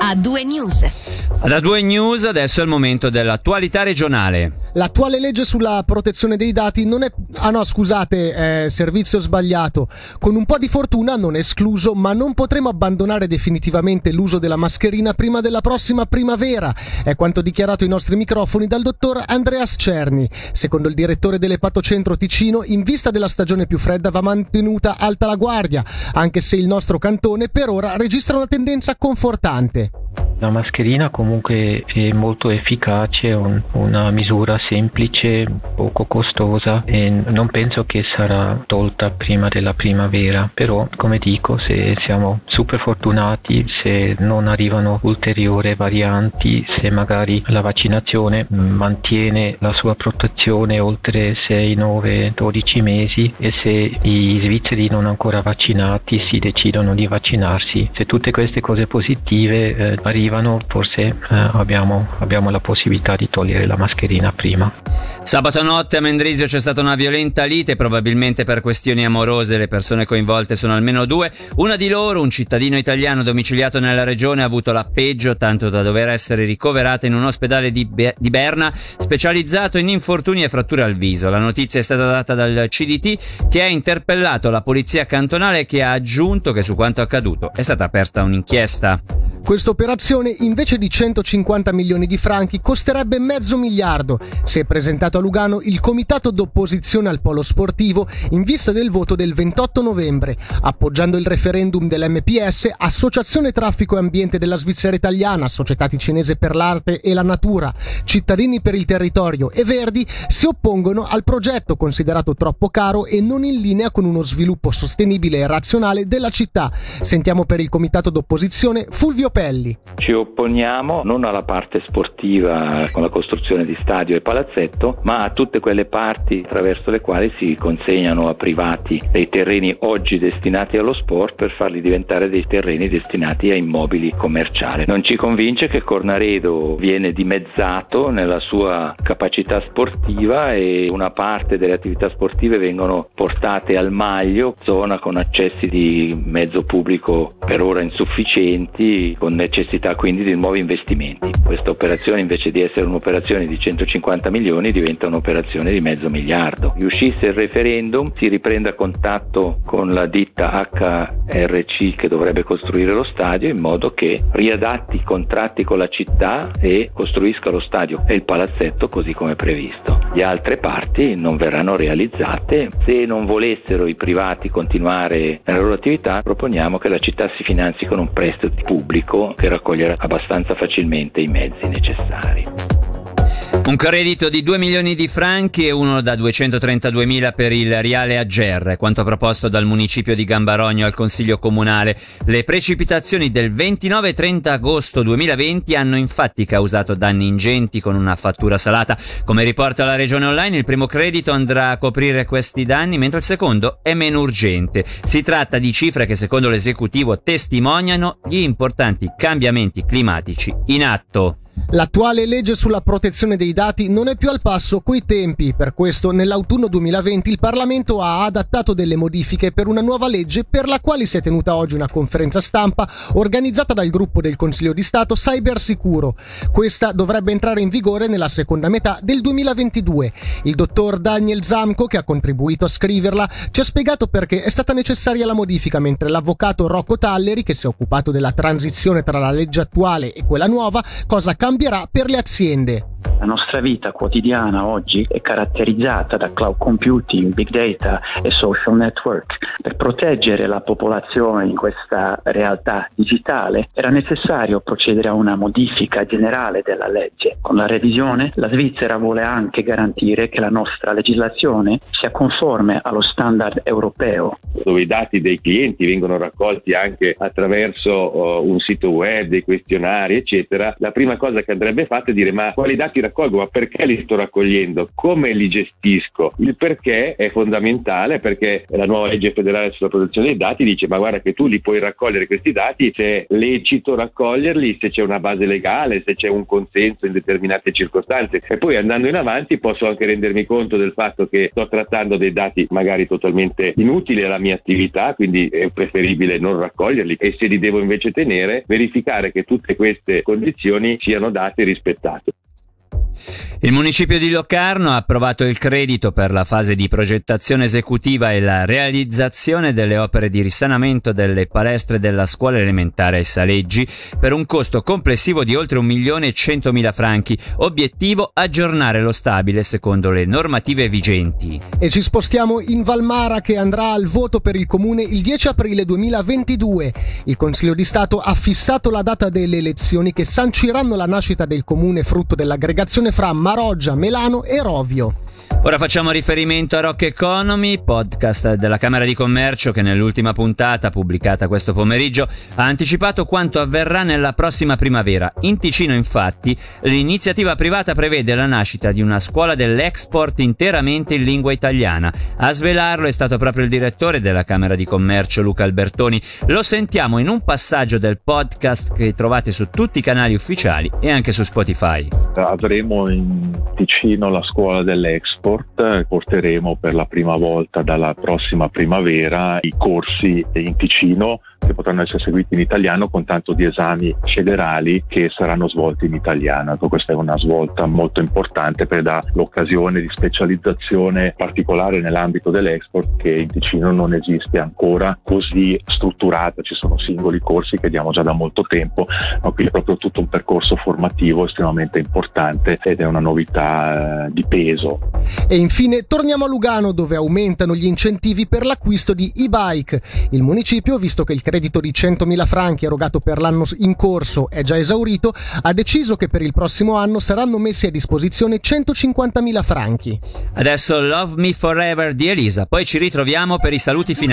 A2 News. Da A2 News adesso è il momento dell'attualità regionale. L'attuale legge sulla protezione dei dati non è... servizio sbagliato. Con un po' di fortuna non è escluso, ma non potremo abbandonare definitivamente l'uso della mascherina prima della prossima primavera. È quanto dichiarato ai nostri microfoni dal dottor Andreas Cerni. Secondo il direttore dell'Epatocentro Ticino, in vista della stagione più fredda va mantenuta alta la guardia, anche se il nostro cantone per ora registra una tendenza confortante. La mascherina comunque è molto efficace, una misura semplice, poco costosa e non penso che sarà tolta prima della primavera, però come dico, se siamo super fortunati, se non arrivano ulteriori varianti, se magari la vaccinazione mantiene la sua protezione oltre 6, 9, 12 mesi e se i svizzeri non ancora vaccinati si decidono di vaccinarsi, se tutte queste cose positive arrivano, forse abbiamo la possibilità di togliere la mascherina prima. Sabato notte a Mendrisio c'è stata una violenta lite, probabilmente per questioni amorose. Le persone coinvolte sono almeno 2. Una di loro, un cittadino italiano domiciliato nella regione, ha avuto la peggio, tanto da dover essere ricoverata in un ospedale di Berna specializzato in infortuni e fratture al viso. La notizia è stata data dal CDT, che ha interpellato la polizia cantonale e che ha aggiunto che su quanto accaduto è stata aperta un'inchiesta. Questa operazione, invece di 150 milioni di franchi, costerebbe $500 milioni. Si è presentato a Lugano il comitato d'opposizione al polo sportivo in vista del voto del 28 novembre. Appoggiando il referendum dell'MPS, Associazione Traffico e Ambiente della Svizzera Italiana, Società Ticinese per l'Arte e la Natura, Cittadini per il Territorio e Verdi si oppongono al progetto considerato troppo caro e non in linea con uno sviluppo sostenibile e razionale della città. Sentiamo per il comitato d'opposizione Fulvio Pelli. Ci opponiamo non alla parte sportiva con la costruzione di stadio e palazzetto, ma a tutte quelle parti attraverso le quali si consegnano a privati dei terreni oggi destinati allo sport per farli diventare dei terreni destinati a immobili commerciali. Non ci convince che Cornaredo viene dimezzato nella sua capacità sportiva e una parte delle attività sportive vengono portate al Maglio, zona con accessi di mezzo pubblico per ora insufficienti, con necessità quindi di nuovi investimenti. Questa operazione, invece di essere un'operazione di 150 milioni, diventa un'operazione di $500 milioni. Riuscisse il referendum, si riprenda contatto con la ditta HRC che dovrebbe costruire lo stadio, in modo che riadatti i contratti con la città e costruisca lo stadio e il palazzetto così come previsto. Le altre parti non verranno realizzate. Se non volessero i privati continuare nella loro attività, proponiamo che la città si finanzi con un prestito pubblico che raccoglierà abbastanza facilmente i mezzi necessari. Un credito di 2 milioni di franchi e uno da 232.000 per il Riale Agger, quanto proposto dal municipio di Gambarogno al Consiglio Comunale. Le precipitazioni del 29 e 30 agosto 2020 hanno infatti causato danni ingenti con una fattura salata. Come riporta la Regione Online, il primo credito andrà a coprire questi danni, mentre il secondo è meno urgente. Si tratta di cifre che secondo l'esecutivo testimoniano gli importanti cambiamenti climatici in atto. L'attuale legge sulla protezione dei dati non è più al passo coi tempi, per questo nell'autunno 2020 il Parlamento ha adattato delle modifiche per una nuova legge per la quale si è tenuta oggi una conferenza stampa organizzata dal gruppo del Consiglio di Stato Cybersicuro. Questa dovrebbe entrare in vigore nella seconda metà del 2022. Il dottor Daniel Zamco, che ha contribuito a scriverla, ci ha spiegato perché è stata necessaria la modifica, mentre l'avvocato Rocco Talleri, che si è occupato della transizione tra la legge attuale e quella nuova, cosa cambierà per le aziende. La nostra vita quotidiana oggi è caratterizzata da cloud computing, big data e social network. Per proteggere la popolazione in questa realtà digitale era necessario procedere a una modifica generale della legge. Con la revisione la Svizzera vuole anche garantire che la nostra legislazione sia conforme allo standard europeo. Dove i dati dei clienti vengono raccolti anche attraverso un sito web, dei questionari, eccetera, la prima cosa che andrebbe fatta è dire: ma quali dati raccolgo, ma perché li sto raccogliendo, come li gestisco. Il perché è fondamentale, perché la nuova legge federale sulla protezione dei dati dice: ma guarda che tu li puoi raccogliere questi dati se è lecito raccoglierli, se c'è una base legale, se c'è un consenso in determinate circostanze. E poi andando in avanti posso anche rendermi conto del fatto che sto trattando dei dati magari totalmente inutili alla mia attività, quindi è preferibile non raccoglierli, e se li devo invece tenere, verificare che tutte queste condizioni siano date e rispettate. Il municipio di Locarno ha approvato il credito per la fase di progettazione esecutiva e la realizzazione delle opere di risanamento delle palestre della scuola elementare ai Saleggi per un costo complessivo di oltre 1.100.000 franchi. Obiettivo: aggiornare lo stabile secondo le normative vigenti. E ci spostiamo in Valmara, che andrà al voto per il comune il 10 aprile 2022. Il Consiglio di Stato ha fissato la data delle elezioni che sanciranno la nascita del comune, frutto dell'aggregazione fra Maroggia, Melano e Rovio. Ora facciamo riferimento a Rock Economy, podcast della Camera di Commercio, che nell'ultima puntata pubblicata questo pomeriggio ha anticipato quanto avverrà nella prossima primavera. In Ticino, infatti, l'iniziativa privata prevede la nascita di una scuola dell'export interamente in lingua italiana. A svelarlo è stato proprio il direttore della Camera di Commercio, Luca Albertoni. Lo sentiamo in un passaggio del podcast che trovate su tutti i canali ufficiali e anche su Spotify. Avremo in Ticino la scuola dell'export, porteremo per la prima volta dalla prossima primavera i corsi in Ticino che potranno essere seguiti in italiano, con tanto di esami federali che saranno svolti in italiano. Questa è una svolta molto importante, per dare l'occasione di specializzazione particolare nell'ambito dell'export, che in Ticino non esiste ancora così strutturata. Ci sono singoli corsi che diamo già da molto tempo, ma qui è proprio tutto un percorso formativo estremamente importante ed è una novità di peso. E infine torniamo a Lugano, dove aumentano gli incentivi per l'acquisto di e-bike. Il municipio, visto che il credito di 100.000 franchi erogato per l'anno in corso è già esaurito, ha deciso che per il prossimo anno saranno messi a disposizione 150.000 franchi. Adesso Love Me Forever di Elisa, poi ci ritroviamo per i saluti finali.